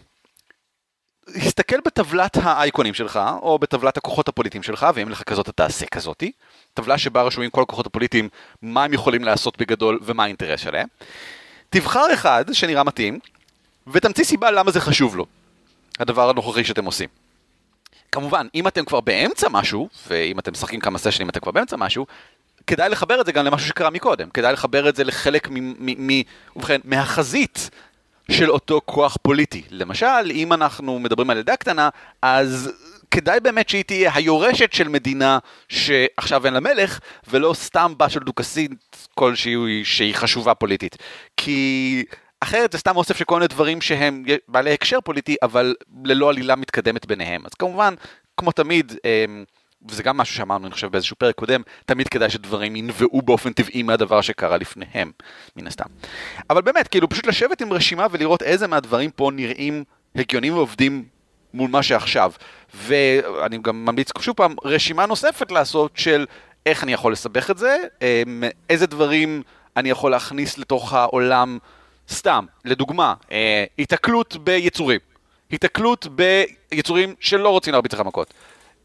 הסתכל בטבלת האייקונים שלך, או בטבלת הכוחות הפוליטיים שלך, ואם לך כזאת אתה תעשה כזאתי, טבלה שבה רשומים כל הכוחות הפוליטיים, מה הם יכולים לעשות בגדול, ומה האינטרס שלהם. תבחר אחד שנראה מתאים, ותמציא סיבה למה זה חשוב לו, הדבר הנוכחי שאתם עושים. כמובן, אם אתם כבר באמצע משהו, ואם אתם משחקים כמה סשנים אתם כבר באמצע משהו, כדאי לחבר את זה גם למשהו שקרה מקודם, כדאי לחבר את זה לחלק ובכן, מהחזית של אותו כוח פוליטי. למשל, אם אנחנו מדברים על ילדה קטנה, אז כדאי באמת שהיא תהיה היורשת של מדינה שעכשיו אין לה מלך, ולא סתם בת של דוכסית שהיא חשובה פוליטית. כי אחרת זה סתם אוסף של כל מיני דברים שהם בעלי הקשר פוליטי, אבל ללא עלילה מתקדמת ביניהם. אז כמובן, כמו תמיד, וזה גם משהו שאמרנו, אני חושב, באיזשהו פרק קודם, תמיד כדאי שדברים ינבעו באופן טבעי מהדבר שקרה לפניהם, מן הסתם. אבל באמת, כאילו, פשוט לשבת עם רשימה ולראות איזה מהדברים פה נראים הגיונים ועובדים מול מה שעכשיו. ואני גם ממליץ שוב פעם, רשימה נוספת לעשות של איך אני יכול לסבך את זה, איזה דברים אני יכול להכניס לתוך העולם סתם. לדוגמה, התקלות ביצורים. התקלות ביצורים שלא רוצים להרביץ לך מכות.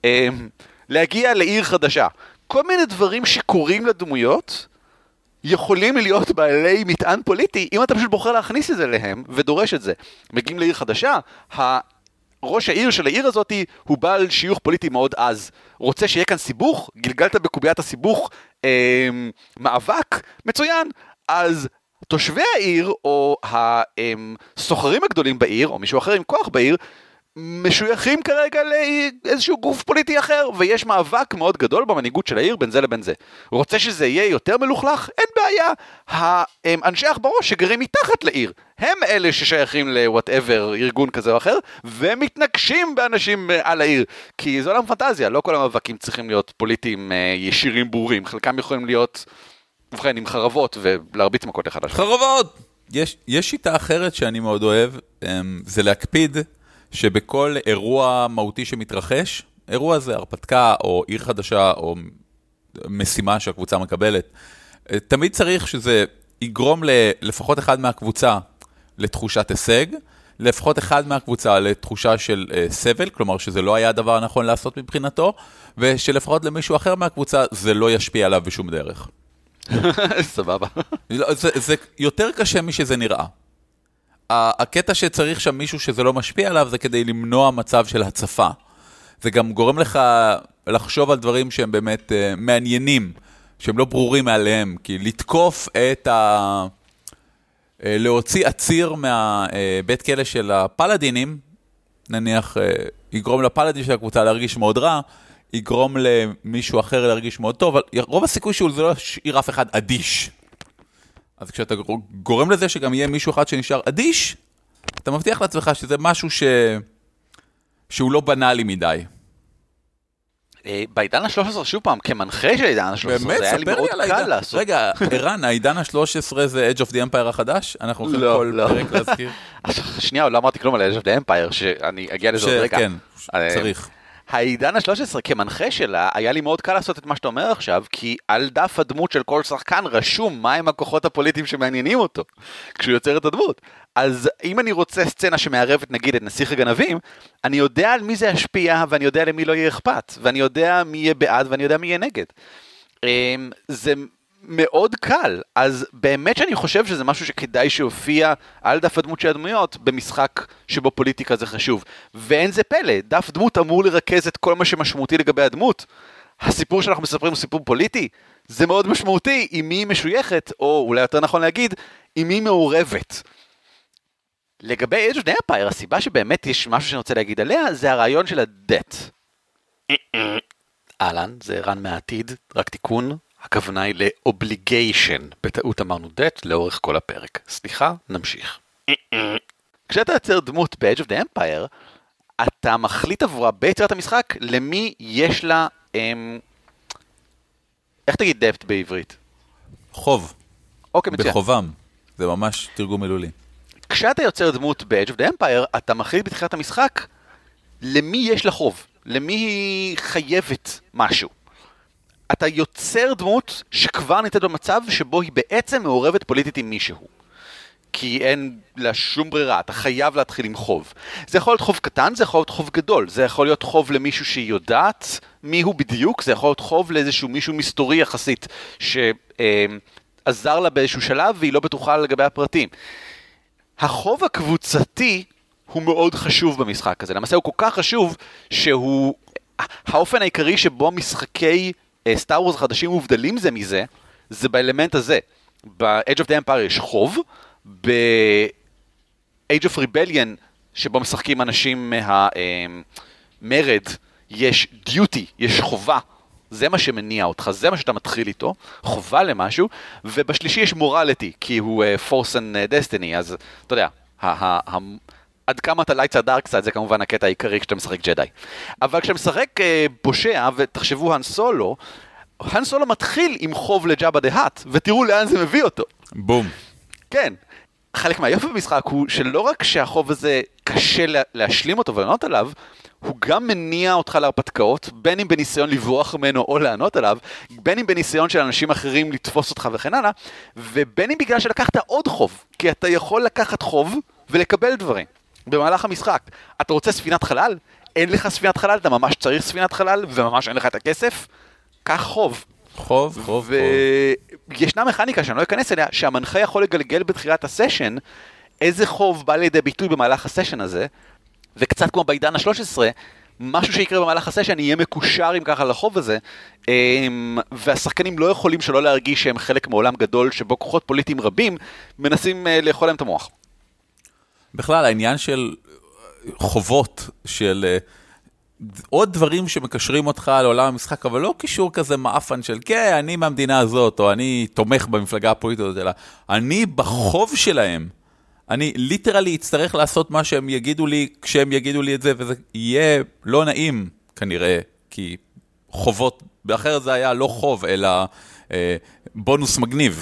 להגיע לעיר חדשה. כל מיני דברים שקורים לדמויות יכולים להיות בעלי מטען פוליטי, אם אתה פשוט בוחר להכניס את זה להם ודורש את זה. מגיעים לעיר חדשה, ראש העיר של העיר הזאת הוא בעל שיוך פוליטי מאוד עז. רוצה שיהיה כאן סיבוך, גלגלת בקוביית הסיבוך מאבק, מצוין. אז תושבי העיר או הסוחרים הגדולים בעיר, או מישהו אחר עם כוח בעיר, משויכים כרגע לאיזשהו גוף פוליטי אחר, ויש מאבק מאוד גדול במנהיגות של העיר בין זה לבין זה. רוצה שזה יהיה יותר מלוכלך? אין בעיה. האנשי החברוש שגרים מתחת לעיר, הם אלה ששייכים ל-whatever, ארגון כזה או אחר, ומתנגשים באנשים על העיר. כי זו עולם פנטזיה, לא כל המאבקים צריכים להיות פוליטיים ישירים ברורים, חלקם יכולים להיות, ובכן, עם חרבות ולהרביץ מכות אחד לשני. חרבות! יש שיטה אחרת שאני מאוד אוהב, זה להקפיד שבכל אירוע מהותי שמתרחש, אירוע זה הרפתקה או עיר חדשה או משימה שהקבוצה מקבלת, תמיד צריך שזה יגרום לפחות אחד מהקבוצה לתחושת הישג, לפחות אחד מהקבוצה לתחושה של סבל, כלומר שזה לא היה הדבר הנכון לעשות מבחינתו, ושלפחות למישהו אחר מהקבוצה זה לא ישפיע עליו בשום דרך. סבבה. זה יותר קשה משזה נראה. הקטע שצריך שם מישהו שזה לא משפיע עליו, זה כדי למנוע מצב של הצפה. זה גם גורם לך לחשוב על דברים שהם באמת מעניינים, שהם לא ברורים מעליהם, כי לתקוף את להוציא עציר מהבית כלא של הפלדינים, נניח יגרום לפלדין של הקבוצה להרגיש מאוד רע, יגרום למישהו אחר להרגיש מאוד טוב, אבל רוב הסיכוי שהוא זה לא ישאיר אף אחד אדיש. אז כשאתה גורם לזה שגם יהיה מישהו אחד שנשאר אדיש, אתה מבטיח לעצמך שזה משהו שהוא לא בנאלי מדי. בעידן ה-13, שוב פעם, כמנחה של העידן ה-13, זה היה לי מאוד קל לעשות. רגע, ערן, העידן ה-13 זה Age of the Empire החדש? אנחנו הולכים כל פרק להזכיר. שנייה, עוד לא אמרתי כלום על Age of the Empire, שאני אגיע לזה עוד רגע. כן, צריך. העידן ה-13 כמנחה שלה, היה לי מאוד קל לעשות את מה שאתה אומר עכשיו, כי על דף הדמות של כל שחקן רשום מהם הכוחות הפוליטיים שמעניינים אותו, כשהוא יוצר את הדמות. אז אם אני רוצה סצנה שמערבת נגיד את נסיך הגנבים, אני יודע על מי זה ישפיע, ואני יודע למי לא יהיה אכפת, ואני יודע מי יהיה בעד, ואני יודע מי יהיה נגד. זה מאוד קל, אז באמת שאני חושב שזה משהו שכדאי שיופיע על דף הדמות של הדמויות במשחק שבו פוליטיקה זה חשוב. ואין זה פלא, דף דמות אמור לרכז את כל מה שמשמעותי לגבי הדמות. הסיפור שאנחנו מספרים הוא סיפור פוליטי, זה מאוד משמעותי עם מי משויכת, או אולי יותר נכון להגיד, עם מי מעורבת. לגבי Age of the Empire, הסיבה שבאמת יש משהו שאני רוצה להגיד עליה, זה הרעיון של הדת. אהלן, זה רן מהעתיד, רק תיקון, הכוונה היא ל-obligation, בטעות אמרנו debt לאורך כל הפרק. סליחה, נמשיך. כשאתה יוצר דמות ב-Age of the Empire, אתה מחליט עבורה ביצירת המשחק למי יש לה, איך תגיד debt בעברית? חוב. אוקיי, מצוין. בחובם. זה ממש תרגום מילולי. כשאתה יוצר דמות ב-Age of the Empire, אתה מחליט בתחילת המשחק למי יש לה חוב, למי היא חייבת משהו. אתה יוצר דמות שכבר ניתנת במצב שבו היא בעצם מעורבת פוליטית עם מישהו. כי אין לה שום ברירה, אתה חייב להתחיל עם חוב. זה יכול להיות חוב קטן, זה יכול להיות חוב גדול, זה יכול להיות חוב למישהו שהיא יודעת מי הוא בדיוק, זה יכול להיות חוב לאיזשהו מישהו מסתורי יחסית שעזר לה באיזשהו שלב והיא לא בטוחה לגבי הפרטים. החוב הקבוצתי הוא מאוד חשוב במשחק הזה, למעשה הוא כל כך חשוב שהוא, האופן העיקרי שבו משחקי סטאר וורס החדשים מובדלים זה מזה, זה באלמנט הזה. ב-Age of the Empire יש חוב, ב-Age of Rebellion, שבו משחקים אנשים מהמרד, יש duty, יש חובה. זה מה שמניע אותך, זה מה שאתה מתחיל איתו, חובה למשהו, ובשלישי יש morality, כי הוא force and destiny, אז אתה יודע, עד כמה אתה lights a dark side, זה כמובן הקטע העיקרי כשאתה משחק ג'די. אבל כשאתה משחק פושע, ותחשבו האן סולו, האן סולו מתחיל עם חוב לג'אבה דה האט, ותראו לאן זה מביא אותו. בום. כן. חלק מהיופי במשחק הוא שלא רק שהחוב הזה קשה להשלים אותו ולענות עליו, הוא גם מניע אותך להרפתקאות, בין אם בניסיון לברוח ממנו או לענות עליו, בין אם בניסיון של אנשים אחרים לתפוס אותך וכן הלאה, ובין אם בגלל שלקחת עוד חוב, כי אתה יכול לקחת חוב ולקבל דברים. במהלך המשחק, אתה רוצה ספינת חלל? אין לך ספינת חלל, אתה ממש צריך ספינת חלל, וממש אין לך את הכסף? קח חוב. חוב. וישנה מכניקה שאני לא אכנס אליה, שהמנחה יכול לגלגל בתחילת הסשן, איזה חוב בא לידי ביטוי במהלך הסשן הזה, וקצת כמו בעידן ה-13, משהו שיקרה במהלך הסשן יהיה מקושר עם ככה לחוב הזה, והשחקנים לא יכולים שלא להרגיש שהם חלק מעולם גדול, שבו כוחות פוליטיים רבים מנסים לאכול להם את המוח. בכלל, העניין של חובות, של עוד דברים שמקשרים אותך לעולם המשחק, אבל לא קישור כזה מאפן של, כן, אני מהמדינה הזאת, או אני תומך במפלגה הפוליטית הזאת, אלא אני בחוב שלהם. אני ליטרלי אצטרך לעשות מה שהם יגידו לי, כשהם יגידו לי את זה, וזה יהיה לא נעים, כנראה, כי חובות, באחרת זה היה לא חוב, אלא בונוס מגניב.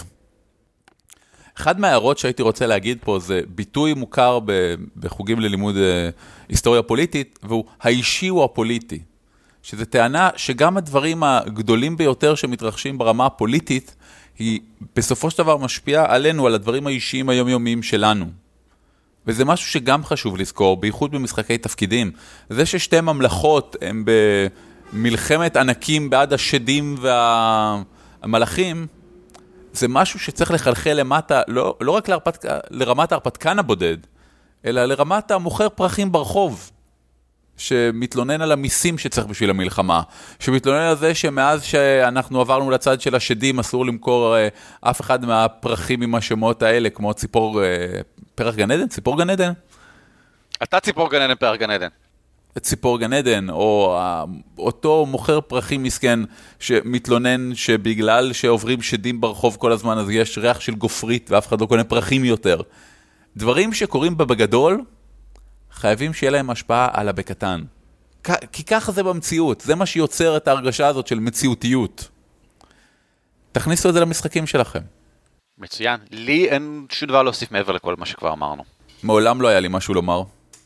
אחד מההערות שהייתי רוצה להגיד פה, זה ביטוי מוכר בחוגים ללימוד היסטוריה פוליטית, והוא האישי הוא הפוליטי. שזו טענה שגם הדברים הגדולים ביותר שמתרחשים ברמה הפוליטית, היא בסופו של דבר משפיעה עלינו, על הדברים האישיים היומיומיים שלנו. וזה משהו שגם חשוב לזכור, בייחוד במשחקי תפקידים. זה ששתי ממלכות הם במלחמת ענקים בעד השדים והמלאכים, זה משהו שצריך לחלחל למטה, לא רק לרמת ההרפתקן הבודד, אלא לרמת המוכר פרחים ברחוב, שמתלונן על המיסים שצריך בשביל המלחמה, שמתלונן על זה שמאז שאנחנו עברנו לצד של השדים, אסור למכור אף אחד מהפרחים עם השמות האלה, כמו פרח גן עדן? ציפור גן עדן? אתה ציפור גן עדן, פרח גן עדן. ציפור גן עדן, או אותו מוכר פרחים מסכן, שמתלונן שבגלל שעוברים שדים ברחוב כל הזמן, אז יש ריח של גופרית, ואף אחד לא קונה פרחים יותר. דברים שקורים בגדול, חייבים שיהיה להם השפעה על הבקטן. כי ככה זה במציאות, זה מה שיוצר את ההרגשה הזאת של מציאותיות. תכניסו את זה למשחקים שלכם. מצוין. לי אין שום דבר להוסיף מעבר לכל מה שכבר אמרנו. מעולם לא היה לי משהו לומר.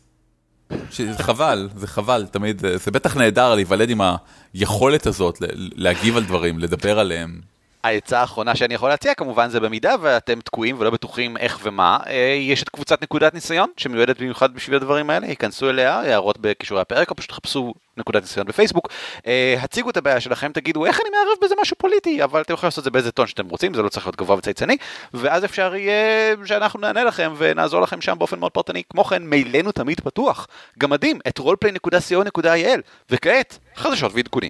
זה חבל, תמיד, זה בטח נהדר להיוולד עם היכולת הזאת, להגיב על דברים, לדבר עליהם. העצה האחרונה שאני יכול להציע כמובן זה במידה ואתם תקועים ולא בטוחים איך ומה, יש את קבוצת נקודת ניסיון שמיועדת במיוחד בשביל הדברים האלה, ייכנסו אליה, הערות בקישורי הפרק או פשוט תחפשו נקודת ניסיון בפייסבוק, הציגו את הבעיה שלכם, תגידו איך אני מערב בזה משהו פוליטי, אבל אתם יכולים לעשות את זה באיזה טון שאתם רוצים, זה לא צריך להיות גבוה וצייצני, ואז אפשר יהיה שאנחנו נענה לכם ונעזור לכם שם באופן מאוד פרטני, כמו כן מיילנו תמיד פתוח, גמדים את roleplay.co.il, וכעת חדשות ועדכונים.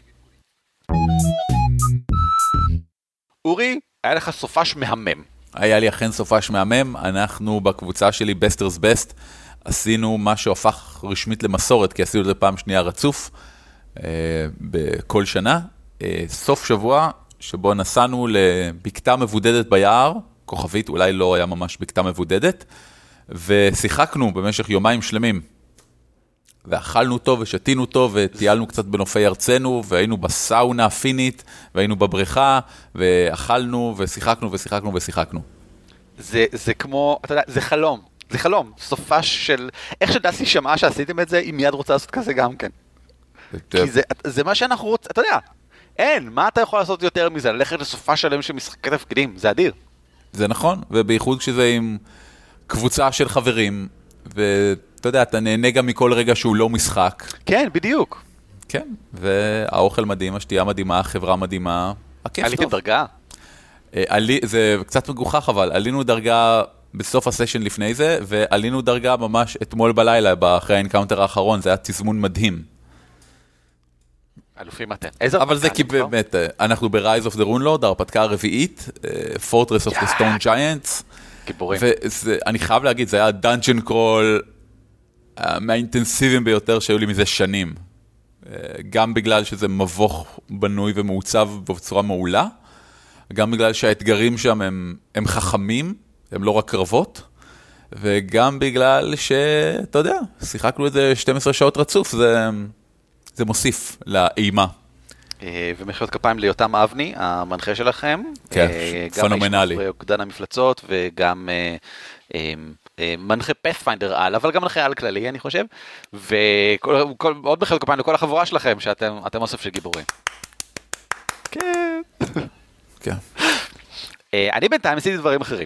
אורי, היה לך סופש מהמם. היה לי אכן סופש מהמם, אנחנו בקבוצה שלי Besters Best, עשינו מה שהופך רשמית למסורת, כי עשינו את זה פעם שנייה רצוף, בכל שנה, סוף שבוע שבו נסענו לבקתה מבודדת ביער, כוכבית, אולי לא היה ממש בקתה מבודדת, ושיחקנו במשך יומיים שלמים. ואכלנו טוב ושתינו טוב, וטיילנו קצת בנופי ארצנו, והיינו בסאונה הפינית, והיינו בבריכה, ואכלנו ושיחקנו ושיחקנו ושיחקנו. זה כמו, אתה יודע, זה חלום. זה חלום. סופה של... איך שדסי שמעה שעשיתם את זה, היא מיד רוצה לעשות כזה גם כן. כי זה מה שאנחנו רוצים, אתה יודע, אין, מה אתה יכול לעשות יותר מזה? ללכת לסופה שלם שמשחקי תפקידים, זה אדיר. זה נכון, ובייחוד כשזה עם קבוצה של חברים, ואתה יודע, אתה נהנה גם מכל רגע שהוא לא משחק. כן, בדיוק. כן, והאוכל מדהים, השתייה מדהימה, החברה מדהימה, הכיף טוב. עליתם דרגה? זה קצת מגוחך, אבל עלינו דרגה בסוף הסשן לפני זה, ועלינו דרגה ממש אתמול בלילה, אחרי האנקאונטר האחרון, זה היה תזמון מדהים. אלופים אתם. אבל זה כי באמת, אנחנו ב-Rise of the Runelord, ההרפתקה הרביעית, Fortress of the Stone Giants. גיבורים. ואני חייב להגיד, זה היה דאנג'ן קרול מהאינטנסיביים ביותר שהיו לי מזה שנים. גם בגלל שזה מבוך בנוי ומעוצב בצורה מעולה, גם בגלל שהאתגרים שם הם חכמים, הם לא רק קרבות, וגם בגלל שאתה יודע, שיחקנו את זה 12 שעות רצוף, זה מוסיף לאימה. ומחיאות כפיים ליותם אבני, המנחה שלכם. כן, פנומנלי. גם איש אוגדן המפלצות, וגם מנחה פאת'פיינדר על, אבל גם מנחה על כללי, אני חושב. ועוד מחיאות כפיים לכל החבורה שלכם, שאתם אוסף של גיבורים. כן. כן. אני בינתיים עשיתי דברים אחרים.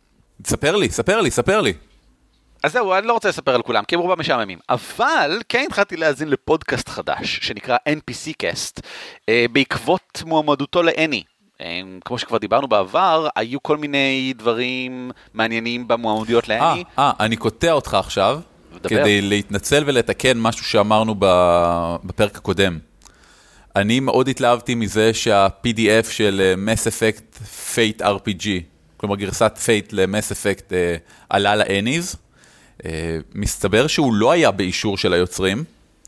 ספר לי. אז זהו, אני לא רוצה לספר על כולם, כי הם רובם משעממים. אבל כן התחלתי להאזין לפודקאסט חדש, שנקרא NPC Cast, בעקבות מועמדותו לאני. כמו שכבר דיברנו בעבר, היו כל מיני דברים מעניינים במועמדויות לאני. אני קוטע אותך עכשיו, כדי להתנצל ולתקן משהו שאמרנו בפרק הקודם. אני מאוד התלהבתי מזה שה-PDF של Mass Effect Fate RPG, כלומר גרסת Fate ל-Mass Effect עלה לאניז. מסתבר שהוא לא היה באישור של היוצרים,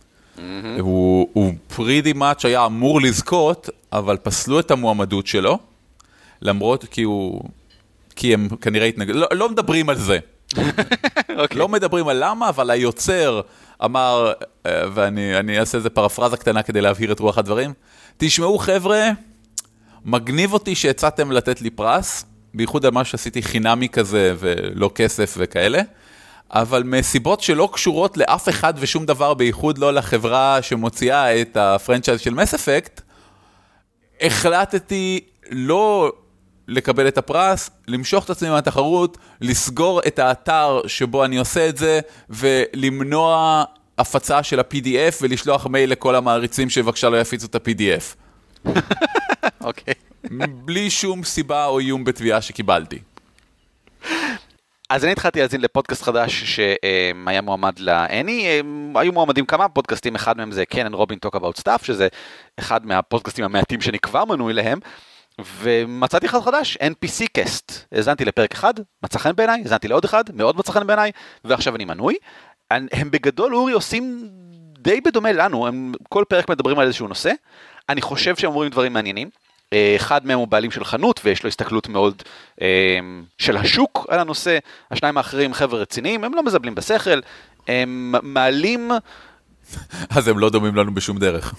הוא pretty much היה אמור לזכות, אבל פסלו את המועמדות שלו, למרות כי הם כנראה התנגדו, לא מדברים על זה. לא מדברים על למה, אבל היוצר אמר, ואני אעשה איזה פרפרזה קטנה כדי להבהיר את רוח הדברים, תשמעו חבר'ה, מגניב אותי שהצעתם לתת לי פרס, בייחוד על מה שעשיתי חינמי כזה ולא כסף וכאלה, אבל מסיבות שלא קשורות לאף אחד ושום דבר, בייחוד לא לחברה שמוציאה את הפרנצ'ייז של Mass Effect, החלטתי לא לקבל את הפרס, למשוך את עצמי מהתחרות, לסגור את האתר שבו אני עושה את זה, ולמנוע הפצה של ה-PDF ולשלוח מייל לכל המעריצים שבבקשה לא יפיצו את ה-PDF. אוקיי. בלי שום סיבה או איום בתביעה שקיבלתי. אז אני התחלתי להזין לפודקאסט חדש שהיה מועמד לאני, היו מועמדים כמה פודקאסטים, אחד מהם זה קן אנד רובין טוק אבאוט סטאף, שזה אחד מהפודקאסטים המעטים שאני כבר מנוי להם, ומצאתי אחד חדש, NPC Cast, הזנתי לפרק אחד, מצא חן בעיניי, הזנתי לעוד אחד, מאוד מצא חן בעיניי, ועכשיו אני מנוי. הם בגדול, אורי, עושים די בדומה לנו, הם כל פרק מדברים על איזשהו נושא, אני חושב שהם אומרים דברים מעניינים, אחד מהם הוא בעלים של חנות, ויש לו הסתכלות מאוד של השוק על הנושא, השניים האחרים חבר'ה רציניים, הם לא מזבלים בשכל, הם מעלים... אז הם לא דומים לנו בשום דרך.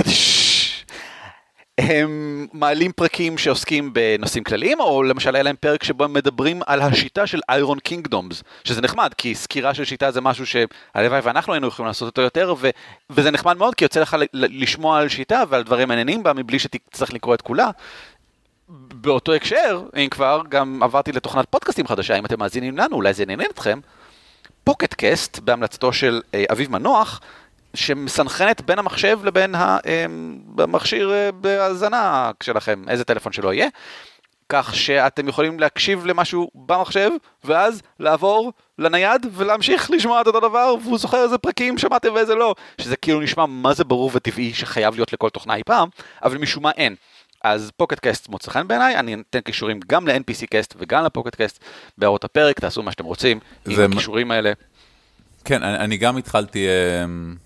הם מעלים פרקים שעוסקים בנושאים כלליים, או למשל היה להם פרק שבו הם מדברים על השיטה של איירון קינגדומס, שזה נחמד, כי סקירה של שיטה זה משהו שהלוואי ואנחנו היינו יכולים לעשות אותו יותר, וזה נחמד מאוד, כי יוצא לך לשמוע על שיטה ועל דברים מעניינים בה, מבלי שתצטרך לקרוא את כולה. באותו הקשר, אם כבר, גם עברתי לתוכנת פודקאסטים חדשה, אם אתם מאזינים לנו, אולי זה עניין אתכם, פוקט קאסט, בהמלצתו של אביב מנוח, שמסנכנת בין המחשב לבין המכשיר בהאזנה שלכם, איזה טלפון שלא יהיה, כך שאתם יכולים להקשיב למשהו במחשב, ואז לעבור לנייד ולהמשיך לשמוע את אותו דבר, והוא זוכר איזה פרקים שמעתם ואיזה לא, שזה כאילו נשמע מה זה ברור וטבעי שחייב להיות לכל תוכנה אי פעם, אבל משום מה אין. אז פוקט קאסט מוצא חן בעיניי, אני אתן קישורים גם ל-NPC קאסט וגם לפוקט קאסט, בהערות הפרק, תעשו מה שאתם רוצים עם הקישורים האלה. כן, אני גם התחלתי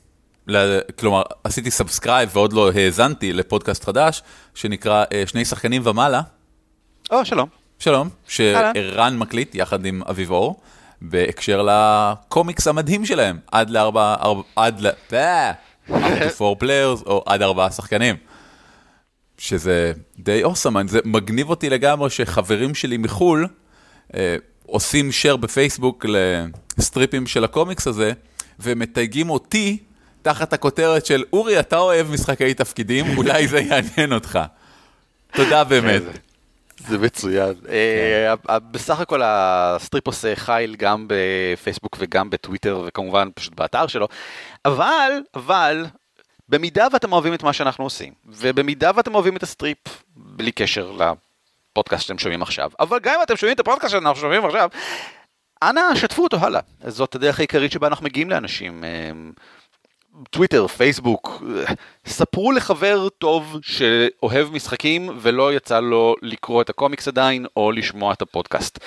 כלומר, עשיתי סאבסקרייב ועוד לא האזנתי לפודקאסט חדש, שנקרא שני שחקנים ומעלה. שלום. שלום, שרן מקליט יחד עם אביב אור, בהקשר לקומיקס המדהים שלהם, עד ל4 players, או עד 4 שחקנים. שזה די awesome, זה מגניב אותי לגמרי שחברים שלי מחול, עושים share בפייסבוק לסטריפים של הקומיקס הזה, ומתייגים אותי תחת הכותרת של אורי, אתה אוהב משחקי תפקידים, אולי זה יעניין אותך. תודה באמת. זה מצוין. בסך הכל הסטריפ עושה חייל גם בפייסבוק וגם בטוויטר, וכמובן פשוט באתר שלו, אבל במידה ואתם אוהבים את מה שאנחנו עושים, ובמידה ואתם אוהבים את הסטריפ, בלי קשר לפודקאסט שאתם שומעים עכשיו, אבל גם אם אתם שומעים את הפודקאסט שאנחנו שומעים עכשיו, אנא, שתפו אותו הלאה. זאת הדרך העיקרית שבה אנחנו מגיעים לאנשים. טוויטר, פייסבוק, ספרו לחבר טוב שאוהב משחקים ולא יצא לו לקרוא את הקומיקס עדיין או לשמוע את הפודקאסט.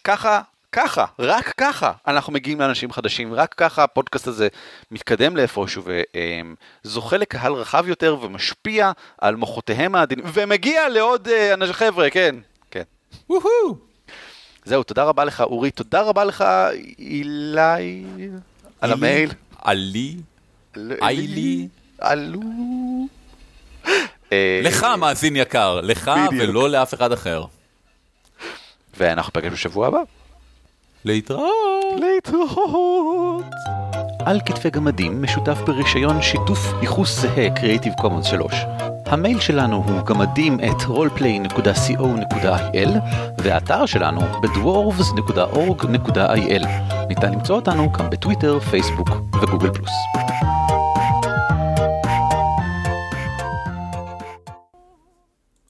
רק ככה אנחנו מגיעים לאנשים חדשים, רק ככה הפודקאסט הזה מתקדם לאיפשהו וזוכה לקהל רחב יותר ומשפיע על מוחותיהם העדינים ומגיע לעוד אנשים חבר'ה, כן. זהו, תודה רבה לך אורי, תודה רבה לך אילי על המייל. איילי. אלו. לך מאזין יקר, לך ולא לאף אחד אחר. ואנחנו פגשנו בשבוע הבא. להתראות. על כתפי גמדים משותף ברישיון שיתוף ייחוס זהה Creative Commons 3. המייל שלנו הוא gamadim@roleplay.co.il והאתר שלנו בדוורבס.org.il. ניתן למצוא אותנו גם בטוויטר, פייסבוק וגוגל פלוס.